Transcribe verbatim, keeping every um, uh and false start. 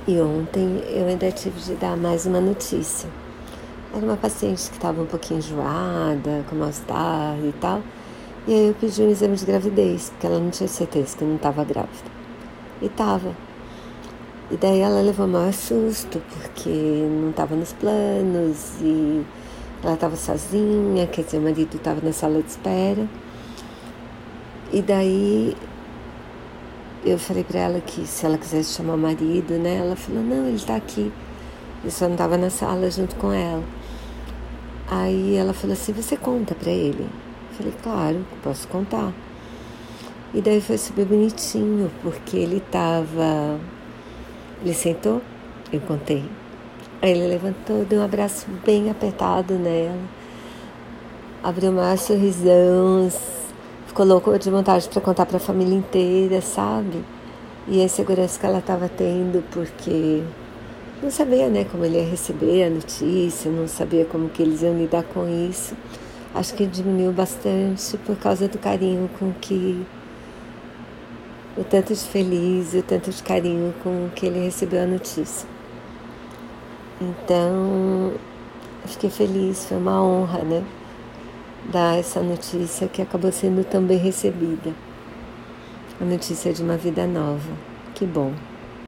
E ontem eu ainda tive de dar mais uma notícia. Era uma paciente que estava um pouquinho enjoada, com mal-estar e tal. E aí eu pedi um exame de gravidez, porque ela não tinha certeza que não estava grávida. E estava. E daí ela levou o maior susto, porque não estava nos planos e ela estava sozinha, quer dizer, o marido estava na sala de espera. E daí eu falei para ela que se ela quisesse chamar o marido, né? Ela falou, não, ele está aqui. Eu só não estava na sala junto com ela. Aí ela falou assim, você conta para ele? Eu falei, claro, posso contar. E daí foi super bonitinho, porque ele estava... Ele sentou, eu contei. Aí ele levantou, deu um abraço bem apertado nela, abriu o maior sorrisão, ficou louco de vontade para contar para a família inteira, sabe? E a insegurança que ela estava tendo, porque não sabia, né, como ele ia receber a notícia, não sabia como que eles iam lidar com isso. Acho que diminuiu bastante por causa do carinho com que... o tanto de feliz, o tanto de carinho com que ele recebeu a notícia. Então, eu fiquei feliz, foi uma honra, né? Dar essa notícia que acabou sendo tão bem recebida. A notícia de uma vida nova. Que bom.